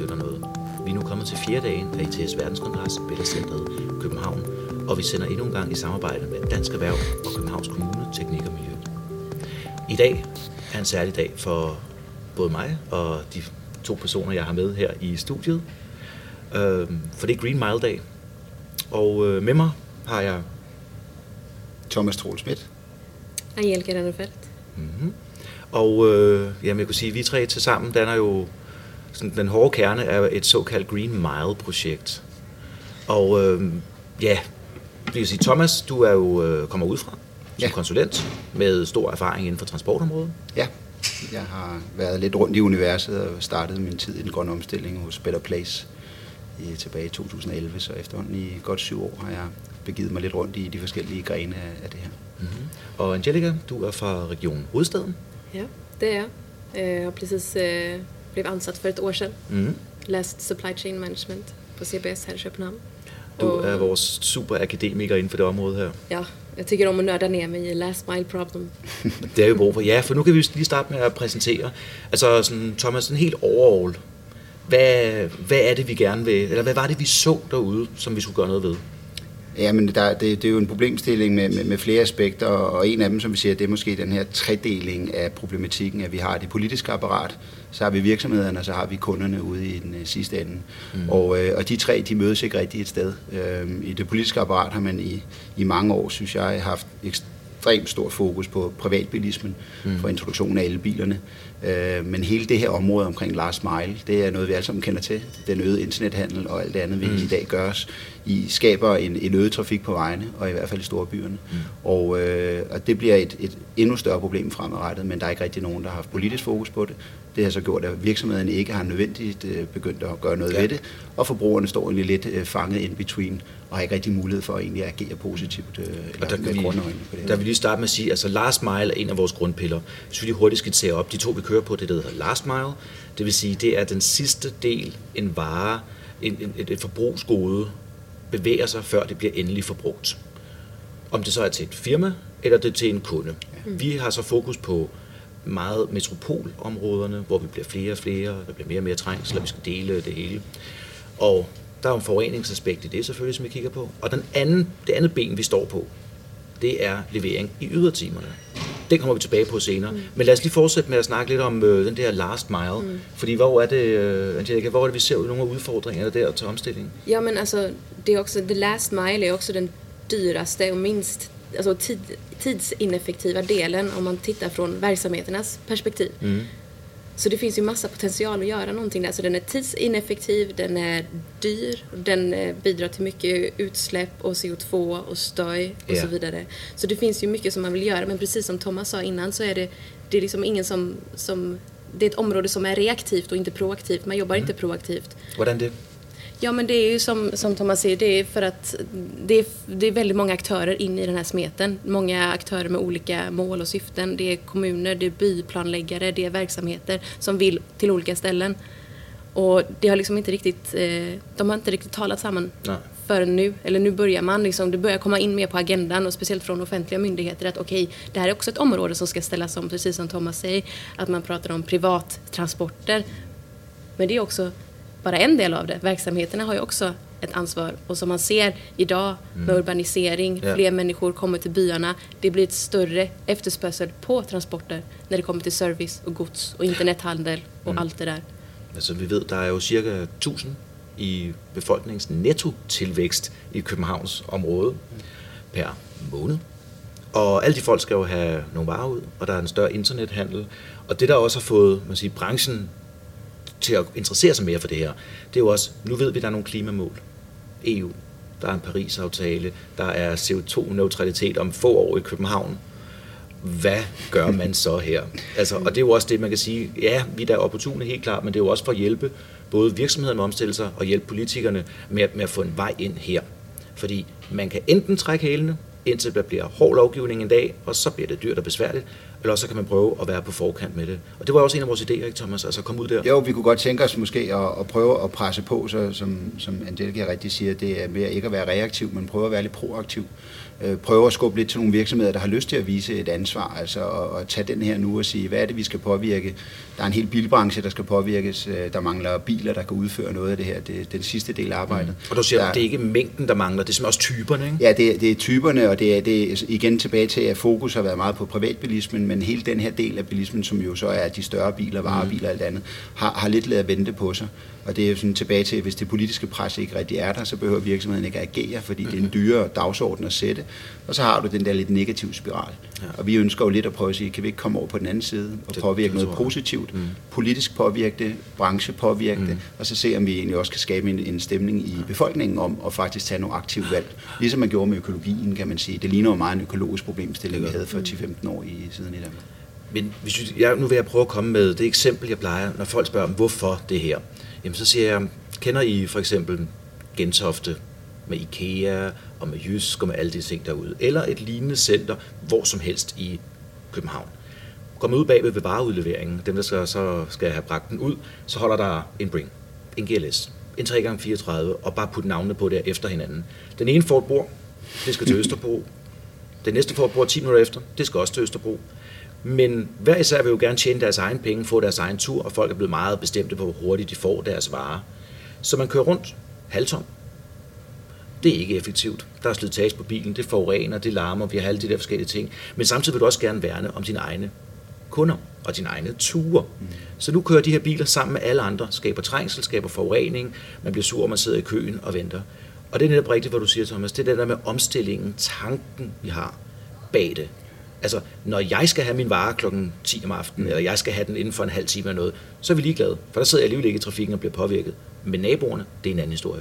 nytter noget. Vi er nu kommet til 4. dagen af ITS Verdenskongres i Bellacentret i København, og vi sender endnu en gang i samarbejde med Dansk Erhverv og Københavns Kommune, Teknik og Miljø. I dag er en særlig dag for både mig og de 2 personer, jeg har med her i studiet, for det er Green Mile-dag. Og med mig har jeg Thomas Troels Schmidt. Angelica Rennefelt. Mm-hmm. Og jeg kunne sige, at vi 3 til sammen danner jo sådan, den hårde kerne af et såkaldt Green Mile-projekt. Og det vil sige, Thomas, du er jo kommer udefra som konsulent med stor erfaring inden for transportområdet. Ja, jeg har været lidt rundt i universet og startede min tid i den grønne omstilling hos Better Place tilbage i 2011, så efterhånden i godt 7 år har jeg begivet mig lidt rundt i de forskellige grene af det her. Mm-hmm. Og Angelica, du er fra Region Hovedstaden. Ja, det er jeg. Jeg har precis blev ansat för ett år sedan. Mm-hmm. Läst Supply Chain Management på CBS här i Köpenhamn. Du er vores super akademiker inden for det område her. Ja, jeg tycker om at nørde ner mig i last mile problem. Det er jo brug for. Ja, for nu kan vi lige starte med at præsentere. Altså sådan, Thomas, sådan helt overall. Hvad er det, vi gerne vil, eller hvad var det, vi så derude, som vi skulle gøre noget ved? Ja, men det er jo en problemstilling med flere aspekter, og en af dem, som vi siger, det er måske den her tredeling af problematikken, at vi har det politiske apparat, så har vi virksomhederne, og så har vi kunderne ude i den sidste ende. Mm. Og de 3, de mødes ikke rigtigt et sted. I det politiske apparat har man i mange år, synes jeg, haft ekstremt stort fokus på privatbilismen for introduktionen af elbilerne. Men hele det her område omkring last mile, det er noget, vi alle sammen kender til. Den øgede internethandel og alt det andet, vi i dag gøres, skaber en øget trafik på vejene, og i hvert fald i store byerne. Og det bliver et endnu større problem fremadrettet, men der er ikke rigtig nogen, der har haft politisk fokus på det. Det har så gjort, at virksomhederne ikke har nødvendigt begyndt at gøre noget ved det, og forbrugerne står egentlig lidt fanget in between, og har ikke rigtig mulighed for at egentlig agere positivt eller med grunde øjne på det. Der vil lige starte med at sige, altså last mile er en af vores grundpiller. Hvis vi lige hurtigt skal se op, de 2 vi kører på, det der hedder last mile, det vil sige, det er den sidste del, en vare, et forbrugsgode, bevæger sig, før det bliver endelig forbrugt. Om det så er til et firma, eller det er til en kunde. Ja. Vi har så fokus på meget metropolområderne, hvor vi bliver flere og flere, der bliver mere og mere trængsel, og vi skal dele det hele. Og der er jo en forureningsaspekt i det selvfølgelig, som vi kigger på. Og det andet ben, vi står på, det er levering i ydertimerne. Den kommer vi tilbage på senere. Men lad os lige fortsætte med at snakke lidt om den der last mile. Fordi hvor er det, Angelica, hvor er det, vi ser nogle af udfordringerne der til omstillingen? Ja, men alltså, det är också, the last mile är också den dyraste och minst tidsineffektiva delen om man tittar från verksamheternas perspektiv. Så det finns ju massa potential att göra någonting där. Så den är tidsineffektiv, den är dyr, den bidrar till mycket utsläpp och CO2 och stöj och så vidare. Så det finns ju mycket som man vill göra, men precis som Thomas sa innan så är det är liksom ingen som det är ett område som är reaktivt och inte proaktivt. Man jobbar inte proaktivt. Hvordan det? Ja, men det är ju som Thomas säger, det är för att det är väldigt många aktörer in i den här smeten. Många aktörer med olika mål och syften. Det är kommuner, det är byplanläggare, det är verksamheter som vill till olika ställen. Och det har liksom inte riktigt, de har inte riktigt talat samman förrän nu. Eller nu börjar man liksom, det börjar komma in mer på agendan och speciellt från offentliga myndigheter att okej, det här är också ett område som ska ställas om, precis som Thomas säger, att man pratar om privattransporter. Men det är också bara en del av det. Verksamheterna har ju också ett ansvar. Och som man ser idag med urbanisering, fler människor kommer till byarna. Det blir ett större efterspörsel på transporter när det kommer till service och gods och internethandel och allt det där. Altså vi ved, der er jo cirka 1000 i befolkningens nettotilvækst i Københavns område per måned. Og alle de folk skal jo have nogle varer ud, og der er en større internethandel. Og det, der også har fået branchen til at interessere sig mere for det her, det er jo også, nu ved vi, der er nogle klimamål. EU, der er en Paris-aftale, der er CO2-neutralitet om få år i København. Hvad gør man så her? Altså, og det er jo også det, man kan sige, ja, vi er da opportune helt klart, men det er jo også for at hjælpe både virksomhederne med omstillelser og hjælpe politikerne med at få en vej ind her. Fordi man kan enten trække hælene, indtil der bliver hård lovgivning en dag, og så bliver det dyrt og besværligt. eller også så kan man prøve at være på forkant med det. Og det var også en af vores idéer, ikke Thomas? Altså komme ud der. Jo, vi kunne godt tænke os måske at prøve at presse på, så, som Angelica rigtig siger, det er med ikke at være reaktiv, men prøve at være lidt proaktiv. Prøve at skubbe lidt til nogle virksomheder, der har lyst til at vise et ansvar, altså at tage den her nu og sige, hvad er det, vi skal påvirke? Der er en hel bilbranche, der skal påvirkes. Der mangler biler, der kan udføre noget af det her. Det er den sidste del af arbejdet. Og du siger, det er ikke mængden, der mangler, det er simpelthen også typerne, ikke? Ja, det er typerne, og det er igen tilbage til, at fokus har været meget på privatbilismen, men hele den her del af bilismen, som jo så er de større biler, varebiler og alt andet, har lidt ladet vente på sig. Og det er sådan tilbage til, at hvis det politiske pres ikke rigtig er der, så behøver virksomheden ikke at agere, fordi det er en dyrere dagsorden at sætte. Og så har du den der lidt negative spiral. Ja. Og vi ønsker jo lidt at prøve at sige, kan vi ikke komme over på den anden side og påvirke noget positivt? Politisk påvirke det, branche påvirke det, og så se, om vi egentlig også kan skabe en stemning i befolkningen om at faktisk tage nogle aktive valg. Ligesom man gjorde med økologien, kan man sige. Det ligner jo meget en økologisk problemstilling, vi havde for 10-15 år siden i Danmark. Men nu vil jeg prøve at komme med det eksempel, jeg plejer, når folk spørger, hvorfor det her. Jamen så siger jeg, kender I for eksempel Gentofte med IKEA og med Jysk og med alle de ting derude, eller et lignende center, hvor som helst i København. Kommer ud bagved ved vareudleveringen, dem der så skal have bragt den ud, så holder der en Bring, en GLS, en 3x34 og bare putte navnene på der efter hinanden. Den ene får et bord, det skal til Østerbro. Den næste får et bord 10 minutter efter, det skal også til Østerbro. Men hver især vil jo gerne tjene deres egen penge, få deres egen tur, og folk er blevet meget bestemte på, hvor hurtigt de får deres varer. Så man kører rundt halvtom. Det er ikke effektivt. Der er slitage på bilen, det forurener, det larmer, vi har alle de der forskellige ting. Men samtidig vil du også gerne værne om dine egne kunder og dine egne ture. Så nu kører de her biler sammen med alle andre, skaber trængsel, skaber forurening, man bliver sur, man sidder i køen og venter. Og det er netop rigtigt, hvad du siger, Thomas. Det er det der med omstillingen, tanken, vi har bag det. Altså, når jeg skal have min vare klokken 10 om aftenen, eller jeg skal have den inden for en halv time eller noget, så er vi ligeglade, for der sidder jeg alligevel ikke i trafikken og bliver påvirket. Men naboerne, det er en anden historie.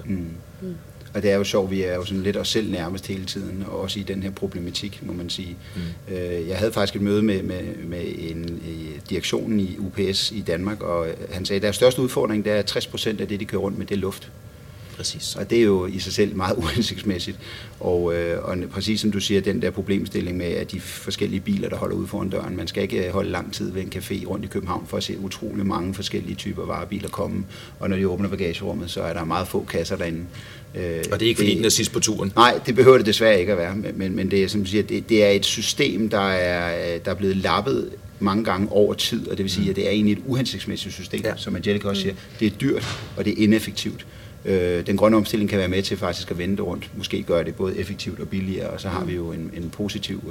Og det er jo sjovt, vi er jo sådan lidt os selv nærmest hele tiden, og også i den her problematik, må man sige. Jeg havde faktisk et møde med en direktionen i UPS i Danmark, og han sagde, at deres største udfordring, det er 60% af det, de kører rundt med, det er luft. Præcis. Og det er jo i sig selv meget uhensigtsmæssigt. Og præcis som du siger, den der problemstilling med, at de forskellige biler, der holder ude foran døren, man skal ikke holde lang tid ved en café rundt i København for at se utrolig mange forskellige typer varebiler komme. Og når de åbner bagagerummet, så er der meget få kasser derinde. Og det er ikke fordi den er sidst på turen? Nej, det behøver det desværre ikke at være. Men det er, som du siger, det er et system, der er blevet lappet mange gange over tid, og det vil sige, at det er egentlig et uhensigtsmæssigt system, som Angelica også siger. Det er dyrt, og det er ineffektivt. Den grønne omstilling kan være med til faktisk at vende det rundt. Måske gøre det både effektivt og billigere, og så har vi jo en positiv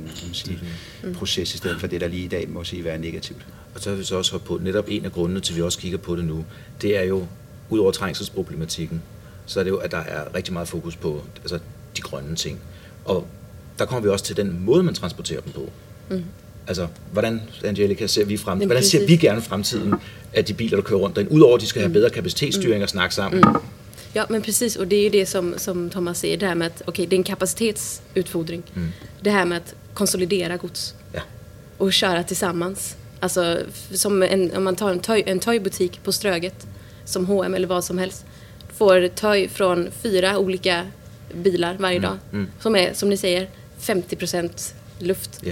proces, i stedet for det, der lige i dag må sige være negativt. Og så har vi så også hoppet på, netop en af grundene til, at vi også kigger på det nu, det er jo, ud over trængselsproblematikken, så er det jo, at der er rigtig meget fokus på altså, de grønne ting. Og der kommer vi også til den måde, man transporterer dem på. Altså, hvordan, Angelica, ser vi fremtiden? Hvordan ser vi gerne fremtiden af de biler, der kører rundt derinde? Udover at de skal have bedre kapacitetsstyring og snakke sammen. Ja, men precis. Och det är ju det som Thomas säger, det här med att det är en kapacitetsutfordring. Det här med att konsolidera gods och köra tillsammans. Alltså, om man tar en toybutik på Ströget, som H&M eller vad som helst, får toy från 4 olika bilar varje dag, som är, som ni säger, 50% luft.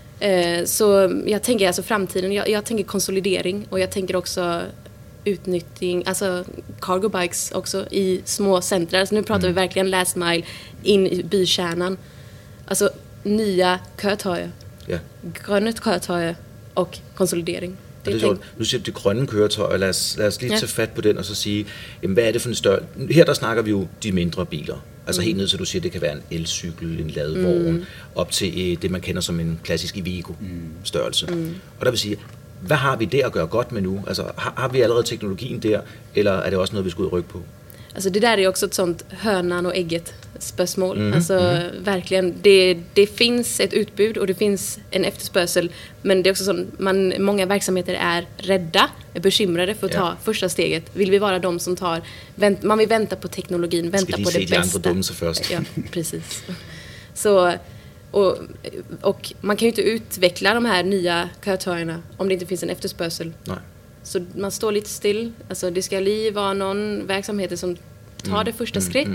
Så jag tänker alltså framtiden, jag tänker konsolidering, och jag tänker också utnyttjning, alltså cargo bikes också i små centra. Alltså nu pratar vi verkligen last mile in i bykärnan. Alltså nya køretøjer, grønne køretøjer og konsolidering. Det er sjovt. Nu siger du det grønne køretøjer. Lad os lige tage fat på den og så sige, jamen, hvad er det for en større... Her der snakker vi jo de mindre biler. Altså helt ned til, du siger, det kan være en elcykel, en ladevogn, op til det, man kender som en klassisk Iveco-størrelse. Og der vil sige, hvad har vi der at gøre godt med nu? Altså har vi allerede teknologien der, eller er det også noget, vi skal ud og rykke på? Alltså det där är också ett sånt hönan och ägget spörsmål. Alltså verkligen, det finns ett utbud och det finns en efterspörsel, men det är också sånt, många verksamheter är rädda, är bekymrade för att ta första steget. Vill vi vara de som man vill vänta på teknologin, vänta på det bästa. Ja, precis. Så och man kan ju inte utveckla de här nya køretøjerna om det inte finns en efterspörsel. Nej. Så man står lite still. Alltså det ska vara någon verksamhet som tar det första skridt.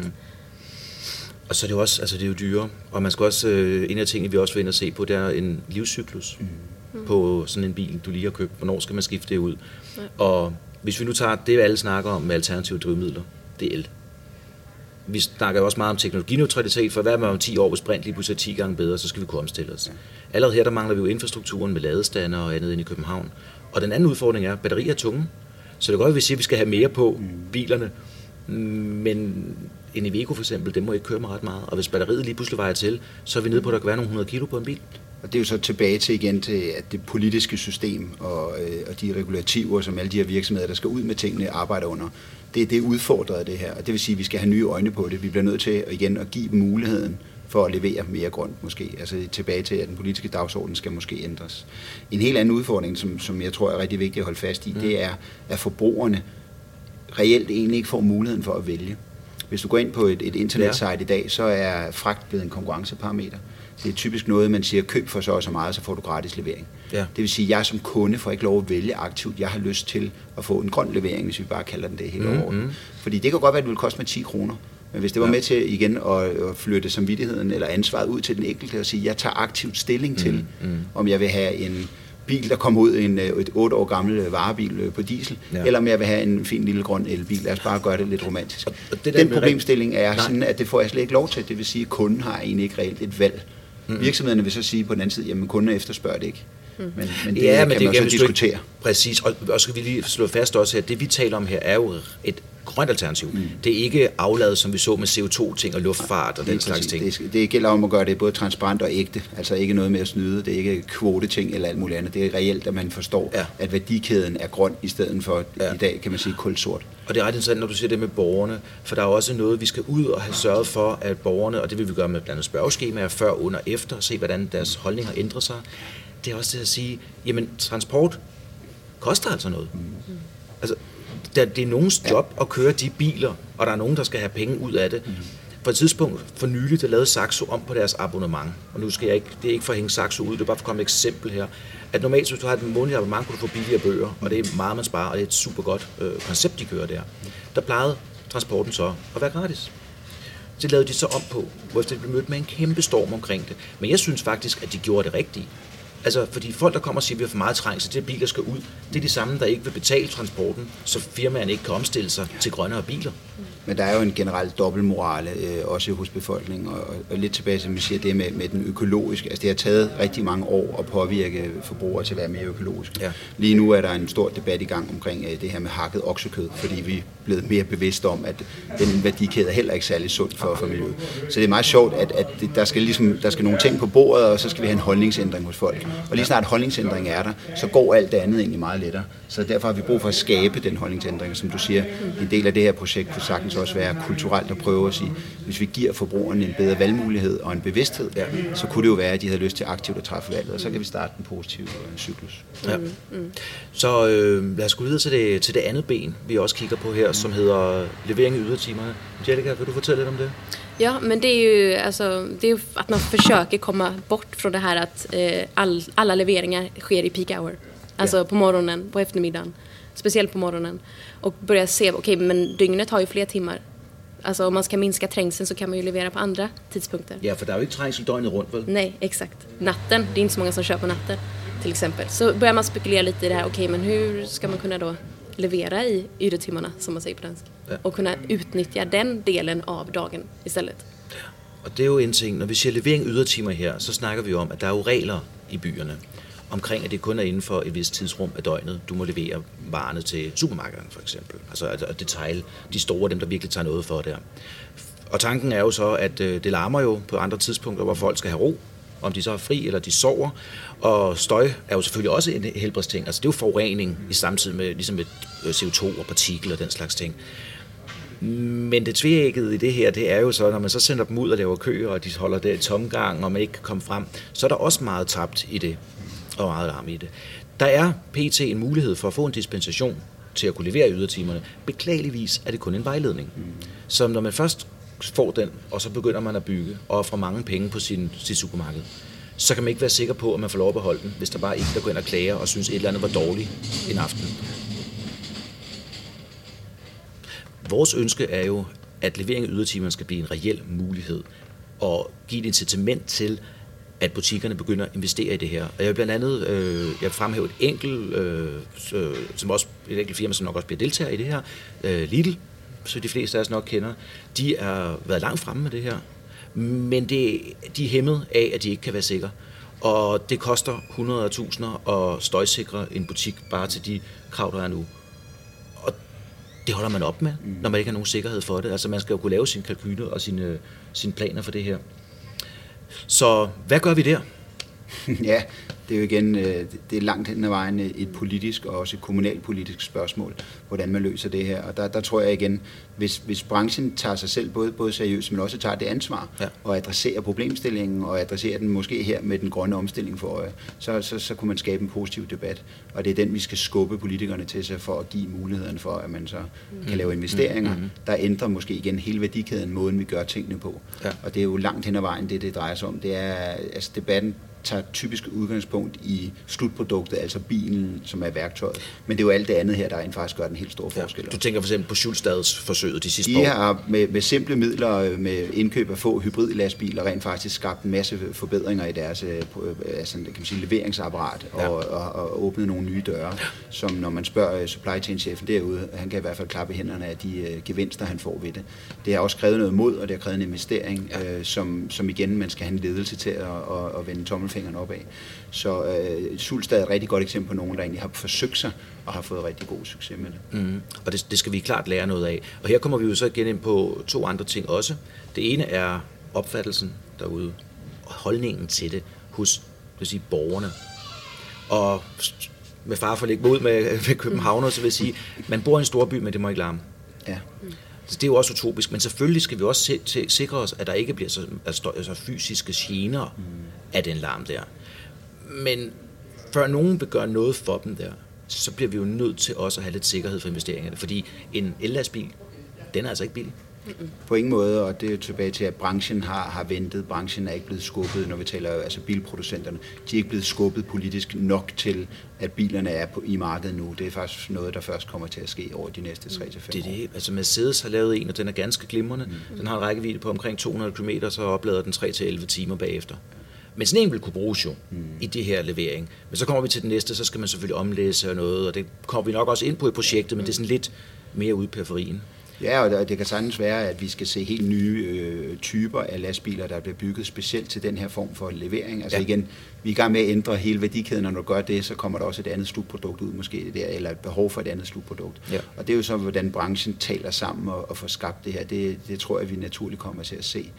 Og så er det jo også, altså det er jo dyre, og man skal også, en af tingene vi også vil ind og se på, det er en livscyklus. på sådan en bil, du lige har købt. Hvornår skal man skifte det ud? Ja. Og hvis vi nu tager det, alle snakker om med alternative drivmidler, det er el. Vi snakker jo også meget om teknologineutralitet, for hvad med om 10 år, hvis brint lige pludselig er 10 gange bedre, så skal vi kunne omstille os. Ja. Allerede her, der mangler vi jo infrastrukturen med ladestander og andet inde i København. Og den anden udfordring er, at batterier er tunge. Så det går godt, at vi siger, at vi skal have mere på bilerne, men en Iveco for eksempel, det må ikke køre med ret meget. Og hvis batteriet lige pludselig vejer til, så er vi nede på, at der kan være nogle 100 kilo på en bil. Og det er jo så tilbage til igen til, at det politiske system og de regulativer, som alle de her virksomheder, der skal ud med tingene, arbejder under, det er udfordret af det her. Og det vil sige, at vi skal have nye øjne på det. Vi bliver nødt til igen at give dem muligheden for at levere mere grønt måske. Altså tilbage til, at den politiske dagsorden skal måske ændres. En helt anden udfordring, som jeg tror er rigtig vigtigt at holde fast i, det er, at forbrugerne reelt egentlig ikke får muligheden for at vælge. Hvis du går ind på et internetsite i dag, så er fragt blevet en konkurrenceparameter. Det er typisk noget, man siger, køb for så og så meget, så får du gratis levering. Ja. Det vil sige, at jeg som kunde får ikke lov at vælge aktivt. Jeg har lyst til at få en grøn levering, hvis vi bare kalder den det hele året. Fordi det kan godt være, at det vil koste mig 10 kroner. Men hvis det var med til igen at flytte samvittigheden eller ansvaret ud til den enkelte og sige, at jeg tager aktivt stilling til, om jeg vil have en bil, der kommer ud, et 8 år gammel varebil på diesel, eller om jeg vil have en fin lille grøn elbil. Lad os bare gøre det lidt romantisk. Og den problemstilling er sådan, at det får jeg slet ikke lov til. Det vil sige, at kunden har egentlig ikke reelt et valg. Virksomhederne vil så sige på den anden side, jamen kunden efterspørger det ikke. Men det kan man så diskutere. Præcis, og skal vi lige slå fast også, at det vi taler om her er jo et grønt alternativ. Det er ikke afladet, som vi så med CO2-ting og luftfart og den slags ting. Det gælder om at gøre det både transparent og ægte, altså ikke noget med at snyde, det er ikke kvoteting eller alt muligt andet. Det er reelt, at man forstår, at værdikæden er grøn i stedet for i dag, kan man sige, kulsort. Og det er ret interessant, når du siger det med borgerne, for der er også noget, vi skal ud og have sørget for, at borgerne, og det vil vi gøre med blandt andet spørgeskemaer før, under, efter, se hvordan deres holdning har ændret sig. Det er også det at sige, jamen transport koster altså noget. Altså, det er nogens job at køre de biler, og der er nogen, der skal have penge ud af det. På et tidspunkt for nylig, der lavede Saxo om på deres abonnement. Og nu skal det er ikke for at hænge Saxo ud, det er bare for at komme et eksempel her. At normalt, hvis du har et månedligt abonnement, kan du få billigere bøger, og det er meget, man sparer, og det er et super godt koncept, de kører der. Der plejede transporten så at være gratis. Det lavede de så om på, hvor det blev mødt med en kæmpe storm omkring det. Men jeg synes faktisk, at de gjorde det rigtigt. Altså, fordi folk, der kommer og siger, at vi har for meget trængsel, det biler skal ud, det er de samme, der ikke vil betale transporten, så firmaerne ikke kan omstille sig til grønnere biler. Men der er jo en generel dobbeltmorale, også hos befolkningen, og lidt tilbage, som vi siger, det med den økologiske. Altså, det har taget rigtig mange år at påvirke forbrugere til at være mere økologiske. Ja. Lige nu er der en stor debat i gang omkring det her med hakket oksekød, fordi vi er blevet mere bevidste om, at den værdikæde er heller ikke særlig sund for miljøet. Så det er meget sjovt, at der skal nogle ting på bordet, og så skal vi have en holdningsændring hos folk. Og lige snart holdningsændring er der, så går alt det andet egentlig meget lettere. Så derfor har vi brug for at skabe den holdningsændring, som du siger. En del af det her projekt kunne sagtens også være kulturelt at prøve at sige, hvis vi giver forbrugerne en bedre valgmulighed og en bevidsthed, så kunne det jo være, at de havde lyst til aktivt at træffe valget, og så kan vi starte en positiv cyklus. Ja. Så lad os gå videre til det andet ben, vi også kigger på her, som hedder levering i ydertimerne. Angelica, vil du fortælle lidt om det? Ja, men det är ju att man försöker komma bort från det här att alla leveringar sker i peak hour. Alltså på morgonen, på eftermiddagen, speciellt på morgonen. Och börja se, okej, men dygnet har ju fler timmar. Alltså om man ska minska trängseln så kan man ju levera på andra tidspunkter. Ja, för det är ju inte trängsel dygnet runt väl? Nej, exakt. Natten, det är inte så många som kör på natten till exempel. Så börjar man spekulera lite i det här, okej, men hur ska man kunna då levera i ydertimmarna, som man säger på dansk, och kunna utnyttja den delen av dagen istället. Og det er jo en ting, når vi siger levering ydertimer her, så snakker vi om, at der er jo regler i byerne omkring, at det kun er inden for et vist tidsrum af døgnet, du må levere varerne til supermarkederne for eksempel. Altså detail, de store, dem der virkelig tager noget for der. Og tanken er jo så, at det larmer jo på andre tidspunkter, hvor folk skal have ro, om de så er fri eller de sover. Og støj er jo selvfølgelig også en helbredsting. Altså det er jo forurening i samtidig med, ligesom med CO2 og partikler og den slags ting. Men det tveæggede i det her, det er jo så, når man så sender dem ud og laver køer, og de holder der i tomgang, og man ikke kan komme frem, så er der også meget tabt i det, og meget larm i det. Der er pt. En mulighed for at få en dispensation til at kunne levere i ydertimerne. Beklageligvis er det kun en vejledning. Så når man først får den, og så begynder man at bygge, og offre mange penge på sit supermarked, så kan man ikke være sikker på, at man får lov at beholde den, hvis der bare ikke der går ind og klager og synes, et eller andet var dårligt en aften. Vores ønske er jo, at levering af ydertimerne skal blive en reel mulighed, og give et incitament til, at butikkerne begynder at investere i det her. Og jeg vil blandt andet jeg fremhæve et enkelt firma, som nok også bliver deltager i det her, Lidl, så de fleste af os nok kender. De har været langt fremme med det her, men de er hæmmet af, at de ikke kan være sikre. Og det koster 100.000 at støjsikre en butik bare til de krav, der er nu. Og det holder man op med, når man ikke har nogen sikkerhed for det. Altså man skal jo kunne lave sine kalkyler og sine planer for det her. Så hvad gør vi der? Ja, det er jo igen, det er langt hen ad vejen et politisk og også et kommunalpolitisk spørgsmål, hvordan man løser det her. Og der tror jeg igen, hvis branchen tager sig selv både seriøst, men også tager det ansvar og adresserer problemstillingen og adresserer den måske her med den grønne omstilling for øje, så kunne man skabe en positiv debat. Og det er den, vi skal skubbe politikerne til sig for at give mulighederne for, at man så kan lave investeringer, der ændrer måske igen hele værdikæden, måden vi gør tingene på. Ja. Og det er jo langt hen ad vejen, det drejer sig om. Det er, altså debatten tager typisk udgangspunkt i slutproduktet, altså bilen, som er værktøjet. Men det er jo alt det andet her, der rent faktisk gør den helt store forskel. Du tænker for eksempel på Schulstads-forsøget de sidste år? De har med simple midler, med indkøb af få hybridlastbiler, rent faktisk skabt en masse forbedringer i deres leveringsapparat og åbnet nogle nye døre, som når man spørger supply chain-chefen derude, han kan i hvert fald klappe hænderne af de gevinster, han får ved det. Det har også krævet noget mod, og det har krævet en investering, som igen man skal have en ledelse til at vende tommelfingeren opad. Så Sulstad er et rigtig godt eksempel på nogen, der egentlig har forsøgt sig og har fået rigtig god succes med det. Og det skal vi klart lære noget af. Og her kommer vi jo så igen ind på 2 andre ting også. Det ene er opfattelsen derude, og holdningen til det hos borgerne. Og med far for at lægge mig ud med københavner, så vil jeg sige, man bor i en stor by, men det må ikke larme. Ja. Så det er jo også utopisk, men selvfølgelig skal vi også sikre os, at der ikke bliver så fysiske gener af den larm der. Men før nogen vil gøre noget for dem der, så bliver vi jo nødt til også at have lidt sikkerhed for investeringerne, fordi en ellastbil, den er altså ikke billig. På ingen måde, og det er tilbage til, at branchen har ventet. Branchen er ikke blevet skubbet, når vi taler altså bilproducenterne. De er ikke blevet skubbet politisk nok til, at bilerne er i markedet nu. Det er faktisk noget, der først kommer til at ske over de næste 3-5 år. Det er det. Altså Mercedes har lavet en, og den er ganske glimrende. Den har en rækkevidde på omkring 200 km, så oplader den 3-11 timer bagefter. Men sådan en vil kunne bruges jo i det her levering. Men så kommer vi til den næste, så skal man selvfølgelig omlæse og noget, og det kommer vi nok også ind på i projektet, men det er sådan lidt mere ude i periferien. Ja, og det kan sagtens være, at vi skal se helt nye typer af lastbiler, der bliver bygget specielt til den her form for levering. Altså igen, vi er i gang med at ændre hele værdikæden, og når du gør det, så kommer der også et andet slutprodukt ud måske, der, eller et behov for et andet slutprodukt. Ja. Og det er jo så, hvordan branchen taler sammen og får skabt det her. Det tror jeg, vi naturligt kommer til at se.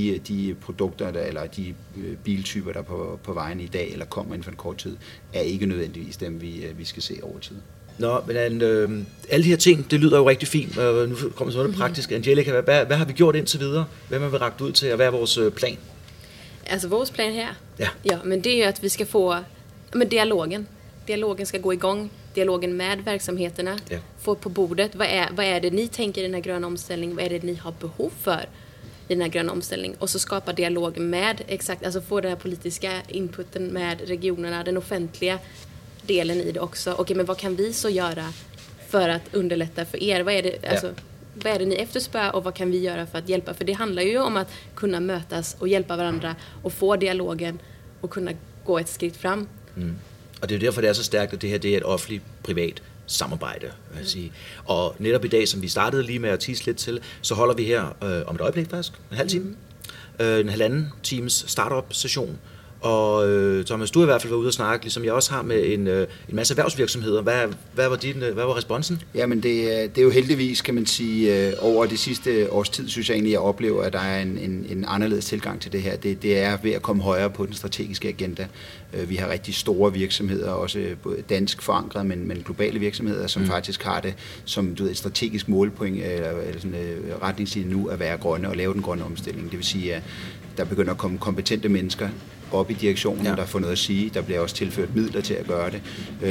De produkter, eller de biltyper, der er på vejen i dag, eller kommer inden for en kort tid, er ikke nødvendigvis dem, vi skal se over tid. Nå, men alle de her ting, det lyder jo rigtig fint, og nu kommer sådan noget praktisk. Angelica, hvad har vi gjort indtil videre? Hvad har vi rakt ud til, og hvad er vores plan? Altså vores plan her? Ja, men det är att vi ska få dialogen. Dialogen ska gå igång. Dialogen med verksamheterna. Ja. Få på bordet. Vad är det ni tänker i den här gröna omställningen? Vad är det ni har behov för i den här gröna omställningen? Och så skapa dialog med alltså få den här politiska inputen med regionerna, den offentliga delen i det också. Okej, men vad kan vi så göra för att underlätta för er? Vad är det ni efterspör och vad kan vi göra för att hjälpa? För det handlar ju om att kunna mötas och hjälpa varandra och få dialogen och kunna gå ett skridt frem. Og det er jo derfor, det er så stærkt, at det her det er et offentligt-privat samarbejde. Vil jeg sige. Og netop i dag, som vi startede lige med at tease lidt til, så holder vi her om et øjeblik faktisk, en halv time, en halvanden times startup-session. Og Thomas, du har i hvert fald været ude og snakke, ligesom jeg også har med en masse erhvervsvirksomheder. Hvad var responsen? Jamen det er jo heldigvis, kan man sige, over det sidste års tid, synes jeg egentlig, jeg oplever, at der er en anderledes tilgang til det her. Det er ved at komme højere på den strategiske agenda. Vi har rigtig store virksomheder, også både dansk forankret, men globale virksomheder, som faktisk har det som et strategisk målpoint, eller sådan retningslinje nu, at være grønne og lave den grønne omstilling. Det vil sige, at der begynder at komme kompetente mennesker op i direktionen, der får noget at sige. Der bliver også tilført midler til at gøre det.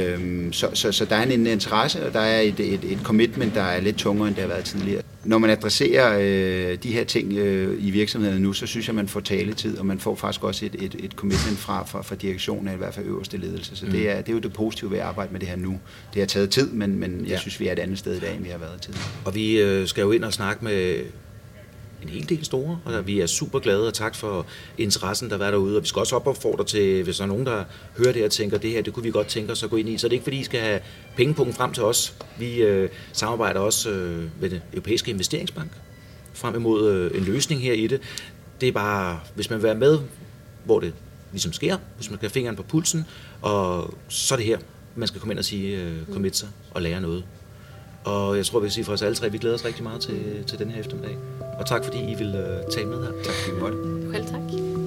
Så der er en interesse, og der er et commitment, der er lidt tungere, end det har været tidligere. Når man adresserer de her ting i virksomhederne nu, så synes jeg, man får taletid, og man får faktisk også et commitment fra direktionen, i hvert fald øverste ledelse. Så det er jo det positive ved at arbejde med det her nu. Det har taget tid, men jeg synes, vi er et andet sted i dag, end vi har været tidligere. Og vi skal jo ind og snakke med en hel del store, og vi er super glade, og tak for interessen, der var derude. Og vi skal også opfordre til, hvis der er nogen, der hører det og tænker, det her, det kunne vi godt tænke os at gå ind i. Så det er ikke, fordi I skal have pengepunkten frem til os. Vi samarbejder også med den europæiske investeringsbank frem imod en løsning her i det. Det er bare, hvis man vil være med, hvor det ligesom sker, hvis man skal have fingeren på pulsen, og så er det her, man skal komme ind og sige, commit sig og lære noget. Og jeg tror, vi vil sige for os alle tre, vi glæder os rigtig meget til den her eftermiddag. Og tak fordi I vil tale med her. Tak fordi I måtte. Själv tack.